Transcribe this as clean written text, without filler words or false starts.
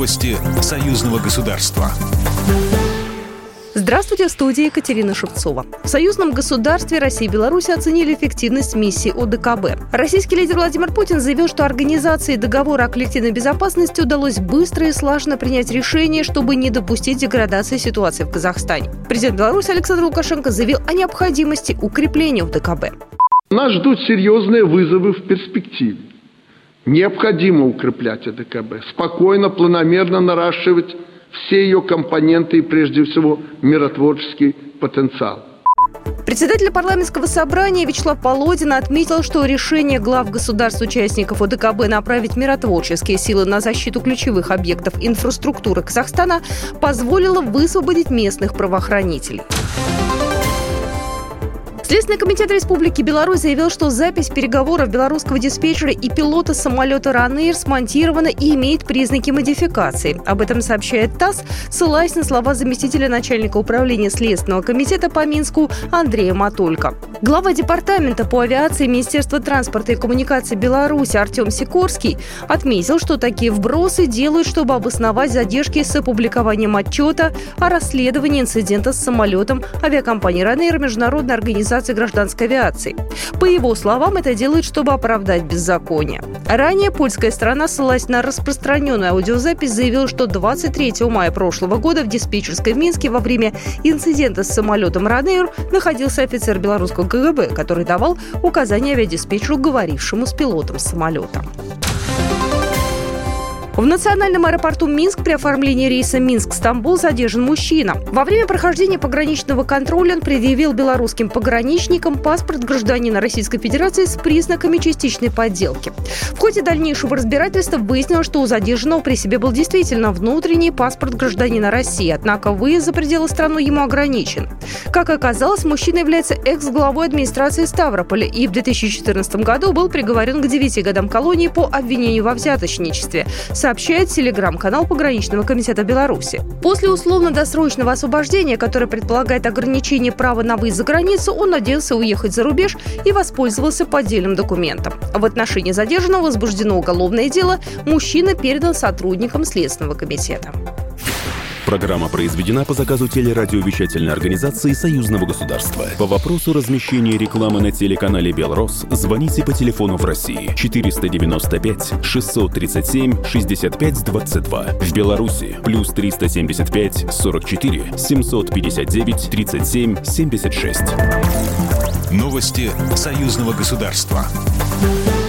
Новости союзного государства. Здравствуйте, в студии Екатерина Шевцова. В союзном государстве Россия и Беларусь оценили эффективность миссии ОДКБ. Российский лидер Владимир Путин заявил, что организации договора о коллективной безопасности удалось быстро и слаженно принять решение, чтобы не допустить деградации ситуации в Казахстане. Президент Беларуси Александр Лукашенко заявил о необходимости укрепления ОДКБ. Нас ждут серьезные вызовы в перспективе. Необходимо укреплять ОДКБ, спокойно, планомерно наращивать все ее компоненты и, прежде всего, миротворческий потенциал. Председатель парламентского собрания Вячеслав Володин отметил, что решение глав государств-участников ОДКБ направить миротворческие силы на защиту ключевых объектов инфраструктуры Казахстана позволило высвободить местных правоохранителей. Следственный комитет Республики Беларусь заявил, что запись переговоров белорусского диспетчера и пилота самолета Ryanair смонтирована и имеет признаки модификации. Об этом сообщает ТАСС, ссылаясь на слова заместителя начальника управления Следственного комитета по Минску Андрея Матулько. Глава департамента по авиации Министерства транспорта и коммуникаций Беларуси Артем Сикорский отметил, что такие вбросы делают, чтобы обосновать задержки с опубликованием отчета о расследовании инцидента с самолетом авиакомпании Ryanair Международной организации гражданской авиации. По его словам, это делают, чтобы оправдать беззаконие. Ранее польская сторона, ссылаясь на распространенную аудиозапись, заявила, что 23 мая прошлого года в диспетчерской в Минске во время инцидента с самолетом Ryanair находился офицер белорусского КГБ, который давал указания авиадиспетчеру, говорившему с пилотом самолета. В национальном аэропорту Минск при оформлении рейса Минск-Стамбул задержан мужчина. Во время прохождения пограничного контроля он предъявил белорусским пограничникам паспорт гражданина Российской Федерации с признаками частичной подделки. В ходе дальнейшего разбирательства выяснилось, что у задержанного при себе был действительно внутренний паспорт гражданина России, однако выезд за пределы страны ему ограничен. Как оказалось, мужчина является экс-главой администрации Ставрополя и в 2014 году был приговорен к 9 годам колонии по обвинению во взяточничестве, сообщает телеграм-канал Пограничного комитета Беларуси. После условно-досрочного освобождения, которое предполагает ограничение права на выезд за границу, он надеялся уехать за рубеж и воспользовался поддельным документом. В отношении задержанного возбуждено уголовное дело. Мужчина передан сотрудникам Следственного комитета. Программа произведена по заказу телерадиовещательной организации Союзного государства. По вопросу размещения рекламы на телеканале «Белрос» звоните по телефону в России 495 637 65 22. В Беларуси плюс 375 44 759 37 76. Новости союзного государства.